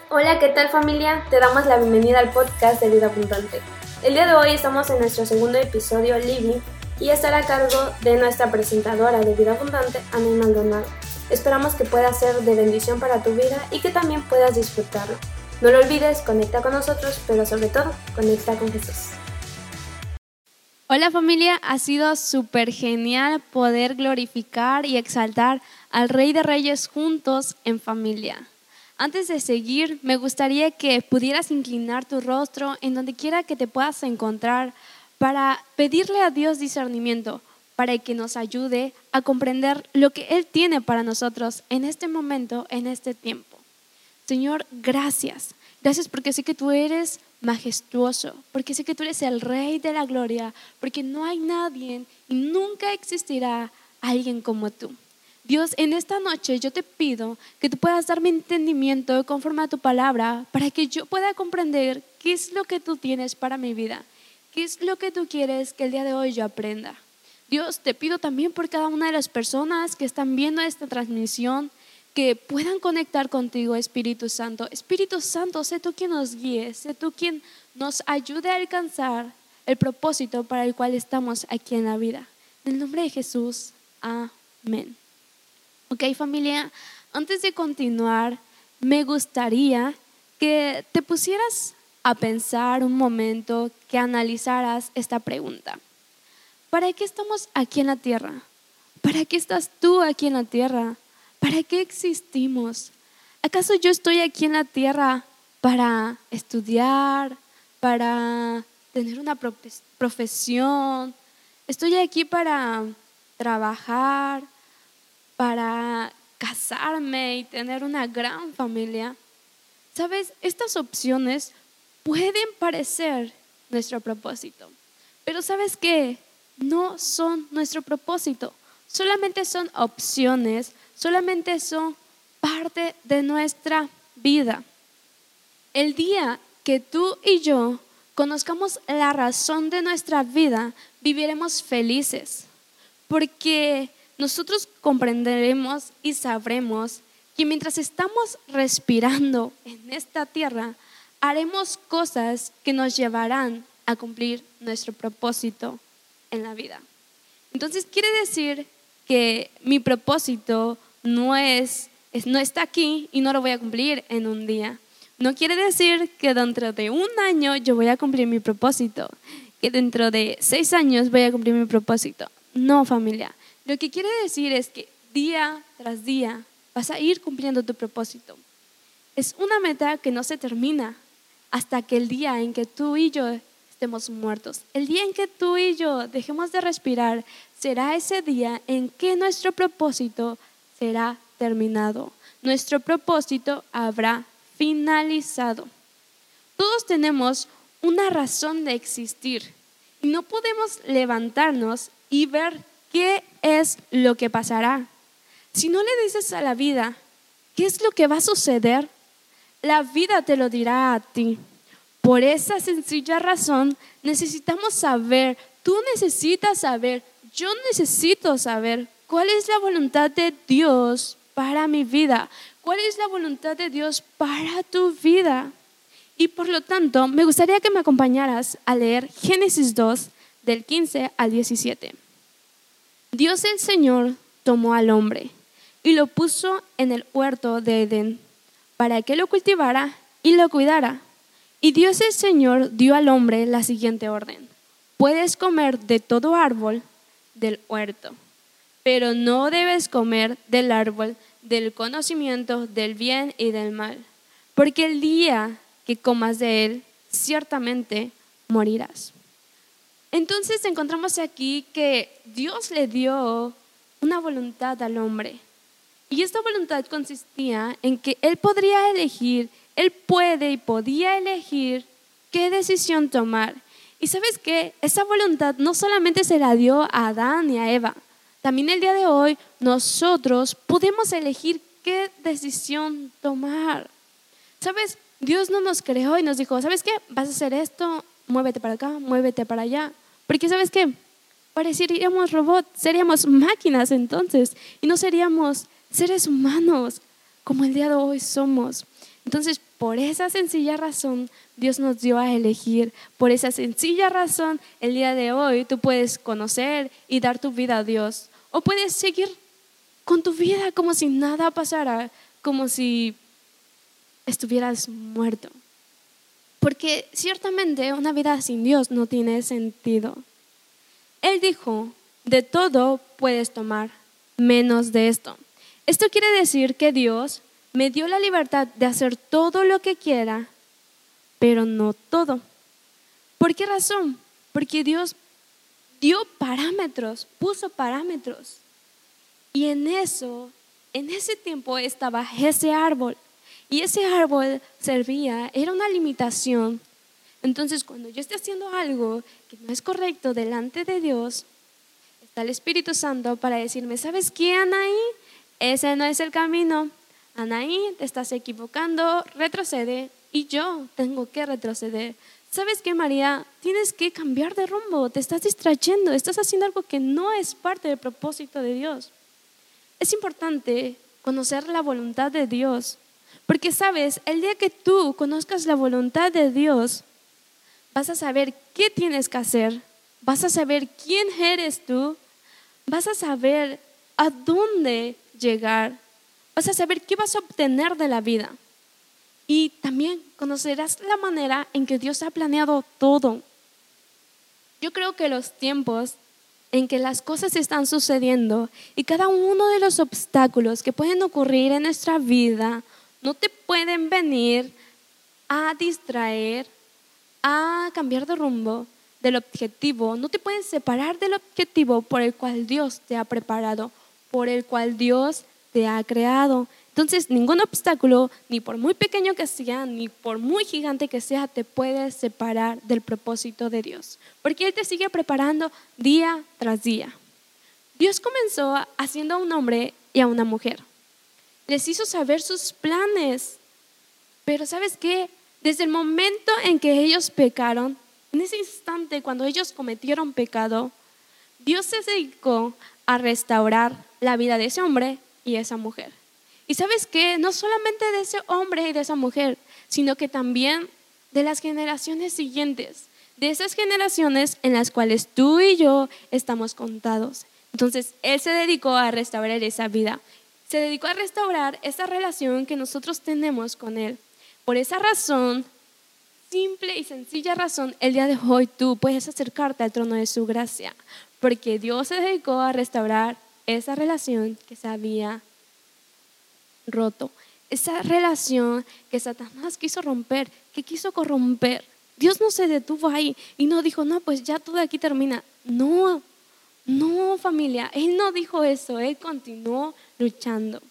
Hola, ¿qué tal familia? Te damos la bienvenida al podcast de Vida Abundante. El día de hoy estamos en nuestro segundo episodio, Living, y estará a cargo de nuestra presentadora de Vida Abundante, Ana Maldonado. Esperamos que pueda ser de bendición para tu vida y que también puedas disfrutarlo. No lo olvides, conecta con nosotros, pero sobre todo, conecta con Jesús. Hola familia, ha sido súper genial poder glorificar y exaltar al Rey de Reyes juntos en familia. Antes de seguir, me gustaría que pudieras inclinar tu rostro en donde quiera que te puedas encontrar para pedirle a Dios discernimiento, para que nos ayude a comprender lo que Él tiene para nosotros en este momento, en este tiempo. Señor, gracias. Gracias porque sé que tú eres majestuoso, porque sé que tú eres el Rey de la gloria, porque no hay nadie y nunca existirá alguien como tú. Dios, en esta noche yo te pido que tú puedas darme entendimiento conforme a tu palabra para que yo pueda comprender qué es lo que tú tienes para mi vida, qué es lo que tú quieres que el día de hoy yo aprenda. Dios, te pido también por cada una de las personas que están viendo esta transmisión, que puedan conectar contigo, Espíritu Santo. Espíritu Santo, sé tú quien nos guíe, sé tú quien nos ayude a alcanzar el propósito para el cual estamos aquí en la vida. En el nombre de Jesús, amén. Ok, familia, antes de continuar, me gustaría que te pusieras a pensar un momento, que analizaras esta pregunta. ¿Para qué estamos aquí en la tierra? ¿Para qué estás tú aquí en la tierra? ¿Para qué existimos? ¿Acaso yo estoy aquí en la tierra para estudiar, para tener una profesión? ¿Estoy aquí para trabajar, para casarme y tener una gran familia? ¿Sabes? Estas opciones pueden parecer nuestro propósito, pero ¿sabes qué? No son nuestro propósito, solamente son opciones, solamente son parte de nuestra vida. El día que tú y yo conozcamos la razón de nuestra vida, viviremos felices, porque nosotros comprenderemos y sabremos que mientras estamos respirando en esta tierra, haremos cosas que nos llevarán a cumplir nuestro propósito en la vida. Entonces quiere decir que mi propósito no está aquí y no lo voy a cumplir en un día. No quiere decir que dentro de un año yo voy a cumplir mi propósito, que dentro de 6 años voy a cumplir mi propósito. No, familia. Lo que quiere decir es que día tras día vas a ir cumpliendo tu propósito. Es una meta que no se termina hasta que el día en que tú y yo estemos muertos. El día en que tú y yo dejemos de respirar será ese día en que nuestro propósito será terminado. Nuestro propósito habrá finalizado. Todos tenemos una razón de existir y no podemos levantarnos y ver qué es lo que pasará. Si no le dices a la vida qué es lo que va a suceder, la vida te lo dirá a ti. Por esa sencilla razón necesitamos saber, tú necesitas saber, yo necesito saber cuál es la voluntad de Dios para mi vida, cuál es la voluntad de Dios para tu vida. Y por lo tanto, me gustaría que me acompañaras a leer Génesis 2, del 15 al 17. Dios el Señor tomó al hombre y lo puso en el huerto de Edén para que lo cultivara y lo cuidara. Y Dios el Señor dio al hombre la siguiente orden: puedes comer de todo árbol del huerto, pero no debes comer del árbol del conocimiento del bien y del mal, porque el día que comas de él, ciertamente morirás. Entonces encontramos aquí que Dios le dio una voluntad al hombre. Y esta voluntad consistía en que él podría elegir, él puede y podía elegir qué decisión tomar. Y ¿sabes qué? Esa voluntad no solamente se la dio a Adán y a Eva. También el día de hoy nosotros podemos elegir qué decisión tomar. ¿Sabes? Dios no nos creó y nos dijo, ¿sabes qué? Vas a hacer esto, muévete para acá, muévete para allá. Porque ¿sabes qué? Pareceríamos robots, seríamos máquinas entonces y no seríamos seres humanos como el día de hoy somos. Entonces, por esa sencilla razón, Dios nos dio a elegir. Por esa sencilla razón, el día de hoy tú puedes conocer y dar tu vida a Dios. O puedes seguir con tu vida como si nada pasara, como si estuvieras muerto. Porque ciertamente una vida sin Dios no tiene sentido. Él dijo, de todo puedes tomar, menos de esto. Esto quiere decir que Dios me dio la libertad de hacer todo lo que quiera, pero no todo. ¿Por qué razón? Porque Dios dio parámetros, puso parámetros. Y en ese tiempo estaba ese árbol. Y ese árbol era una limitación. Entonces, cuando yo esté haciendo algo que no es correcto delante de Dios, está el Espíritu Santo para decirme, ¿sabes qué, Anaí? Ese no es el camino. Anaí, te estás equivocando, retrocede. Y yo tengo que retroceder. ¿Sabes qué, María? Tienes que cambiar de rumbo, te estás distrayendo, estás haciendo algo que no es parte del propósito de Dios. Es importante conocer la voluntad de Dios, porque sabes, el día que tú conozcas la voluntad de Dios, vas a saber qué tienes que hacer, vas a saber quién eres tú, vas a saber a dónde llegar, vas a saber qué vas a obtener de la vida. Y también conocerás la manera en que Dios ha planeado todo. Yo creo que los tiempos en que las cosas están sucediendo y cada uno de los obstáculos que pueden ocurrir en nuestra vida no te pueden venir a distraer, a cambiar de rumbo del objetivo, no te pueden separar del objetivo por el cual Dios te ha preparado, por el cual Dios te ha creado. Entonces, ningún obstáculo, ni por muy pequeño que sea, ni por muy gigante que sea, te puede separar del propósito de Dios. Porque Él te sigue preparando día tras día. Dios comenzó haciendo a un hombre y a una mujer. Les hizo saber sus planes. Pero ¿sabes qué? Desde el momento en que ellos pecaron, en ese instante cuando ellos cometieron pecado, Dios se dedicó a restaurar la vida de ese hombre y esa mujer. Y ¿sabes qué? No solamente de ese hombre y de esa mujer, sino que también de las generaciones siguientes, de esas generaciones en las cuales tú y yo estamos contados. Entonces, Él se dedicó a restaurar esa vida, se dedicó a restaurar esa relación que nosotros tenemos con Él. Por esa razón, simple y sencilla razón, el día de hoy tú puedes acercarte al trono de su gracia, porque Dios se dedicó a restaurar esa relación que se había roto, esa relación que Satanás quiso romper, que quiso corromper. Dios no se detuvo ahí y no dijo, no, pues ya todo aquí termina. No, familia, Él no dijo eso, Él continuó luchando.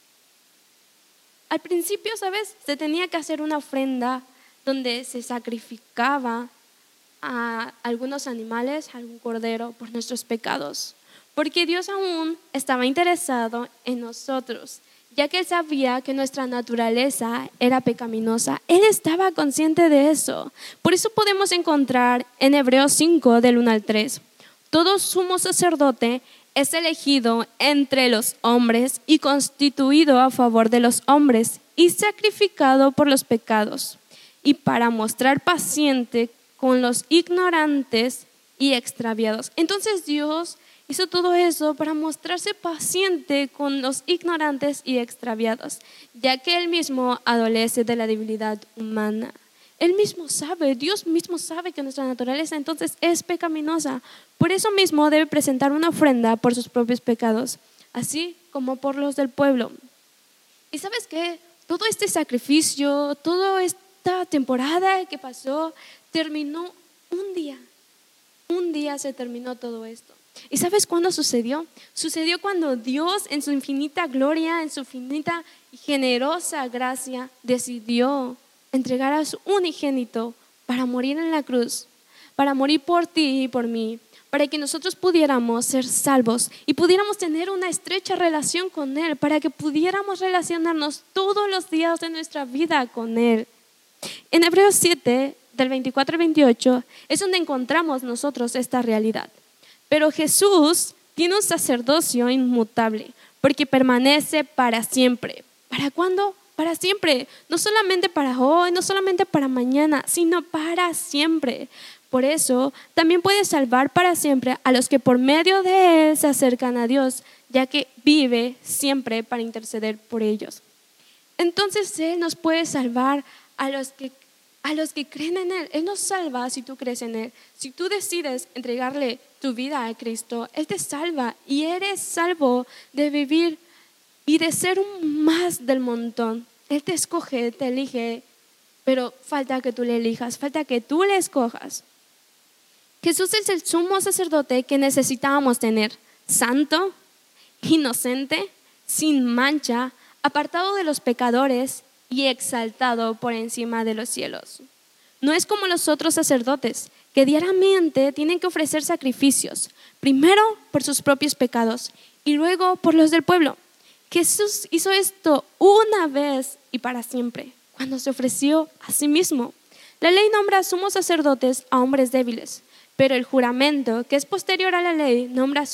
Al principio, ¿sabes? Se tenía que hacer una ofrenda donde se sacrificaba a algunos animales, a algún cordero por nuestros pecados, porque Dios aún estaba interesado en nosotros, ya que Él sabía que nuestra naturaleza era pecaminosa. Él estaba consciente de eso. Por eso podemos encontrar en Hebreos 5, del 1 al 3, todo sumo sacerdote es elegido entre los hombres y constituido a favor de los hombres y sacrificado por los pecados, y para mostrar paciente con los ignorantes y extraviados. Entonces Dios hizo todo eso para mostrarse paciente con los ignorantes y extraviados, ya que Él mismo adolece de la debilidad humana. Él mismo sabe, Dios mismo sabe que nuestra naturaleza entonces es pecaminosa. Por eso mismo debe presentar una ofrenda por sus propios pecados, así como por los del pueblo. ¿Y sabes qué? Todo este sacrificio, toda esta temporada que pasó, terminó un día. Un día se terminó todo esto. ¿Y sabes cuándo sucedió? Sucedió cuando Dios, en su infinita gloria, en su infinita y generosa gracia, decidió entregar a su unigénito para morir en la cruz, para morir por ti y por mí, para que nosotros pudiéramos ser salvos y pudiéramos tener una estrecha relación con Él, para que pudiéramos relacionarnos todos los días de nuestra vida con Él. En Hebreos 7, del 24 al 28, es donde encontramos nosotros esta realidad. Pero Jesús tiene un sacerdocio inmutable, porque permanece para siempre. ¿Para cuándo? para siempre, no solamente para hoy, no solamente para mañana, sino para siempre. Por eso también puede salvar para siempre a los que por medio de Él se acercan a Dios, ya que vive siempre para interceder por ellos. Entonces Él nos puede salvar a los que creen en Él. Él nos salva si tú crees en Él. Si tú decides entregarle tu vida a Cristo, Él te salva y eres salvo de vivir y de ser un más del montón. Él te escoge, te elige, pero falta que tú le elijas, falta que tú le escojas. Jesús es el sumo sacerdote que necesitábamos tener, santo, inocente, sin mancha, apartado de los pecadores y exaltado por encima de los cielos. No es como los otros sacerdotes, que diariamente tienen que ofrecer sacrificios, primero por sus propios pecados y luego por los del pueblo. Jesús hizo esto una vez y para siempre, cuando se ofreció a sí mismo. La ley nombra sumos sacerdotes a hombres débiles, pero el juramento, que es posterior a la ley, nombra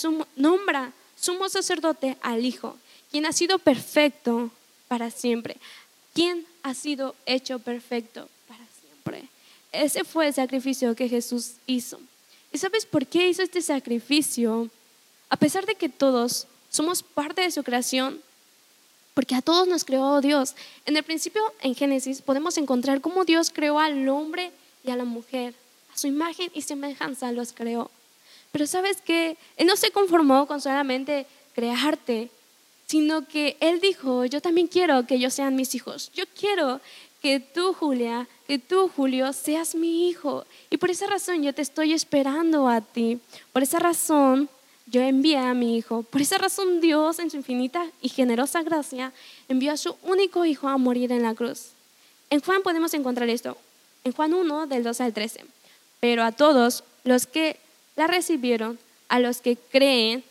sumo sacerdote al Hijo, quien ha sido perfecto para siempre, quien ha sido hecho perfecto para siempre. Ese fue el sacrificio que Jesús hizo. ¿Y sabes por qué hizo este sacrificio? A pesar de que todos somos parte de su creación, porque a todos nos creó Dios. En el principio, en Génesis, podemos encontrar cómo Dios creó al hombre y a la mujer. A su imagen y semejanza los creó. Pero ¿sabes qué? Él no se conformó con solamente crearte, sino que Él dijo, yo también quiero que ellos sean mis hijos. Yo quiero que tú, Julia, que tú, Julio, seas mi hijo. Y por esa razón yo te estoy esperando a ti. Por esa razón yo envié a mi hijo. Por esa razón Dios, en su infinita y generosa gracia, envió a su único hijo a morir en la cruz. En Juan podemos encontrar esto. En Juan 1, del 2 al 13. Pero a todos los que la recibieron, a los que creen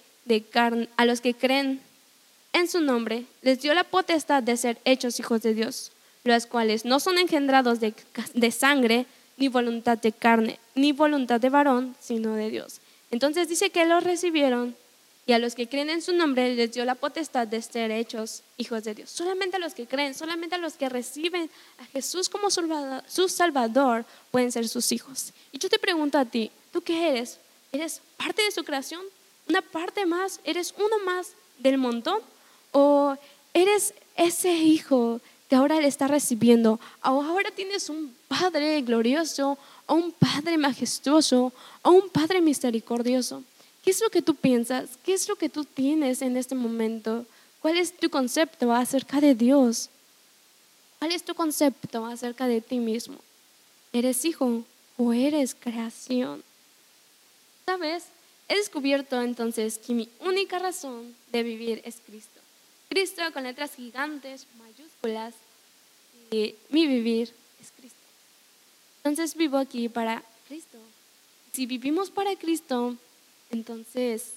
en su nombre, les dio la potestad de ser hechos hijos de Dios, los cuales no son engendrados de sangre, ni voluntad de carne, ni voluntad de varón, sino de Dios. Entonces dice que los recibieron y a los que creen en su nombre les dio la potestad de ser hechos hijos de Dios. Solamente a los que creen, solamente a los que reciben a Jesús como su Salvador pueden ser sus hijos. Y yo te pregunto a ti, ¿tú qué eres? ¿Eres parte de su creación? ¿Una parte más? ¿Eres uno más del montón? ¿O eres ese hijo que ahora le está recibiendo? ¿O ahora tienes un Padre glorioso, o un Padre majestuoso, o un Padre misericordioso? ¿Qué es lo que tú piensas? ¿Qué es lo que tú tienes en este momento? ¿Cuál es tu concepto acerca de Dios? ¿Cuál es tu concepto acerca de ti mismo? ¿Eres hijo o eres creación? ¿Sabes? He descubierto entonces que mi única razón de vivir es Cristo. Cristo con letras gigantes, mayúsculas, y mi vivir es Cristo. Entonces vivo aquí para Cristo. Si vivimos para Cristo, entonces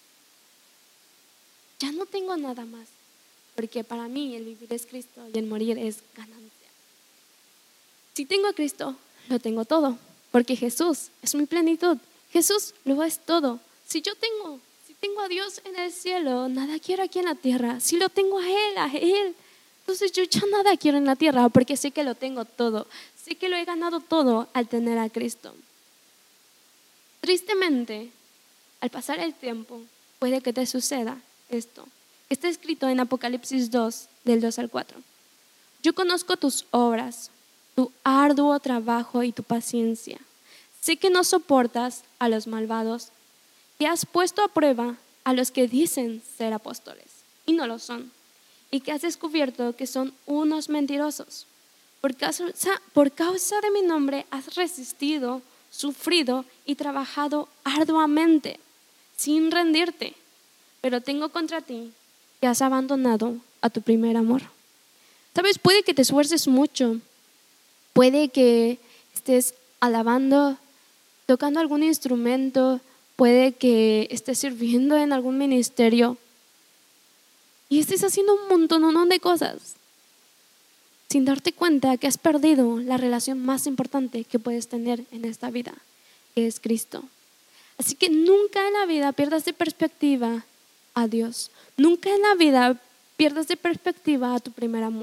ya no tengo nada más, porque para mí el vivir es Cristo y el morir es ganancia. Si tengo a Cristo, lo tengo todo, porque Jesús es mi plenitud. Jesús lo es todo. Si tengo a Dios en el cielo, nada quiero aquí en la tierra. Si lo tengo a Él, entonces yo ya nada quiero en la tierra, porque sé que lo tengo todo. Sé que lo he ganado todo al tener a Cristo. Tristemente, al pasar el tiempo, puede que te suceda esto. Está escrito en Apocalipsis 2, del 2 al 4. Yo conozco tus obras, tu arduo trabajo y tu paciencia. Sé que no soportas a los malvados, que has puesto a prueba a los que dicen ser apóstoles y no lo son, y que has descubierto que son unos mentirosos. Por causa de mi nombre has resistido, sufrido y trabajado arduamente, sin rendirte. Pero tengo contra ti que has abandonado a tu primer amor. Sabes, puede que te esfuerces mucho, puede que estés alabando, tocando algún instrumento, puede que estés sirviendo en algún ministerio y estés haciendo un montón de cosas sin darte cuenta que has perdido la relación más importante que puedes tener en esta vida, que es Cristo. Así que nunca en la vida pierdas de perspectiva a Dios. Nunca en la vida pierdas de perspectiva a tu primer amor.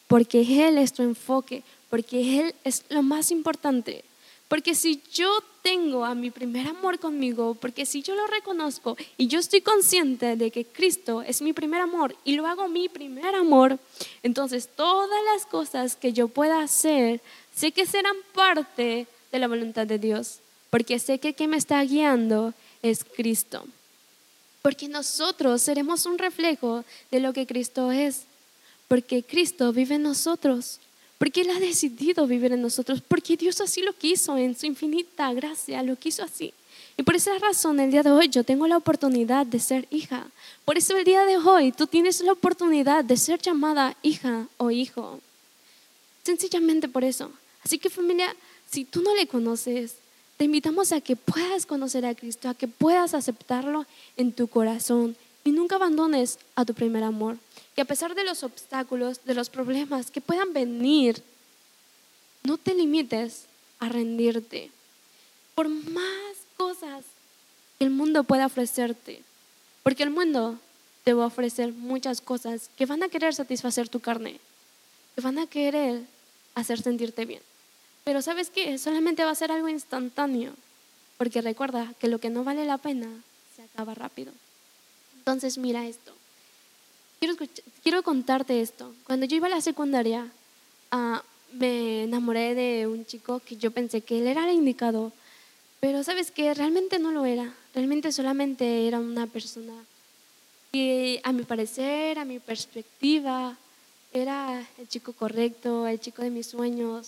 porque Él es tu enfoque, porque Él es lo más importante. Porque si yo tengo a mi primer amor conmigo, porque si yo lo reconozco y yo estoy consciente de que Cristo es mi primer amor y lo hago mi primer amor, entonces todas las cosas que yo pueda hacer, sé que serán parte de la voluntad de Dios, porque sé que quien me está guiando es Cristo. Porque nosotros seremos un reflejo de lo que Cristo es, porque Cristo vive en nosotros. Porque Él ha decidido vivir en nosotros, porque Dios así lo quiso, en su infinita gracia, lo quiso así. Y por esa razón el día de hoy yo tengo la oportunidad de ser hija. Por eso el día de hoy tú tienes la oportunidad de ser llamada hija o hijo. Sencillamente por eso. Así que familia, si tú no le conoces, te invitamos a que puedas conocer a Cristo, a que puedas aceptarlo en tu corazón y nunca abandones a tu primer amor. Que a pesar de los obstáculos, de los problemas que puedan venir, no te limites a rendirte. Por más cosas que el mundo pueda ofrecerte, porque el mundo te va a ofrecer muchas cosas que van a querer satisfacer tu carne, que van a querer hacer sentirte bien. Pero ¿sabes qué? Solamente va a ser algo instantáneo, porque recuerda que lo que no vale la pena se acaba rápido. Entonces mira esto. Quiero contarte esto. Cuando yo iba a la secundaria, me enamoré de un chico que yo pensé que él era el indicado, pero sabes que realmente no lo era. Realmente solamente era una persona que a mi parecer, a mi perspectiva, era el chico correcto, el chico de mis sueños.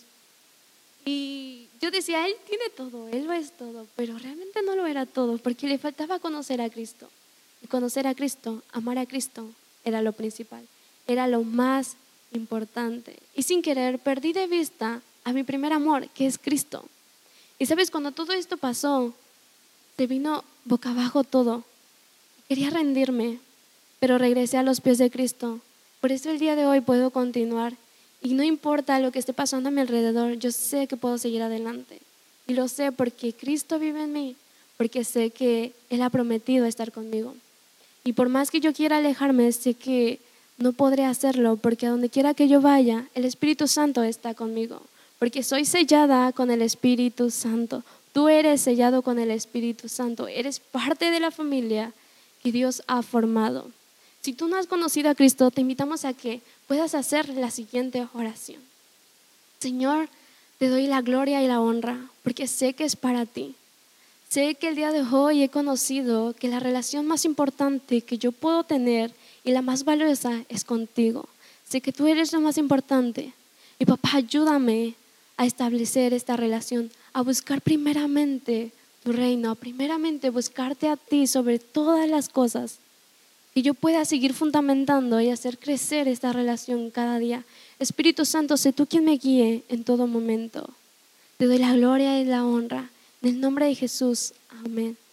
Y yo decía, él tiene todo, él lo es todo, pero realmente no lo era todo, porque le faltaba conocer a Cristo. Y conocer a Cristo, amar a Cristo, era lo principal, era lo más importante. Y sin querer perdí de vista a mi primer amor, que es Cristo. Y sabes, cuando todo esto pasó, se vino boca abajo todo. Quería rendirme, pero regresé a los pies de Cristo. Por eso el día de hoy puedo continuar. Y no importa lo que esté pasando a mi alrededor, yo sé que puedo seguir adelante. Y lo sé porque Cristo vive en mí, porque sé que Él ha prometido estar conmigo. Y por más que yo quiera alejarme, sé que no podré hacerlo, porque a donde quiera que yo vaya, el Espíritu Santo está conmigo, porque soy sellada con el Espíritu Santo. Tú eres sellado con el Espíritu Santo, eres parte de la familia que Dios ha formado. Si tú no has conocido a Cristo, te invitamos a que puedas hacer la siguiente oración. Señor, te doy la gloria y la honra, porque sé que es para ti. Sé que el día de hoy he conocido que la relación más importante que yo puedo tener y la más valiosa es contigo. Sé que tú eres lo más importante. Y papá, ayúdame a establecer esta relación, a buscar primeramente tu reino, primeramente buscarte a ti sobre todas las cosas. Que yo pueda seguir fundamentando y hacer crecer esta relación cada día. Espíritu Santo, sé tú quien me guíe en todo momento. Te doy la gloria y la honra. En el nombre de Jesús, amén.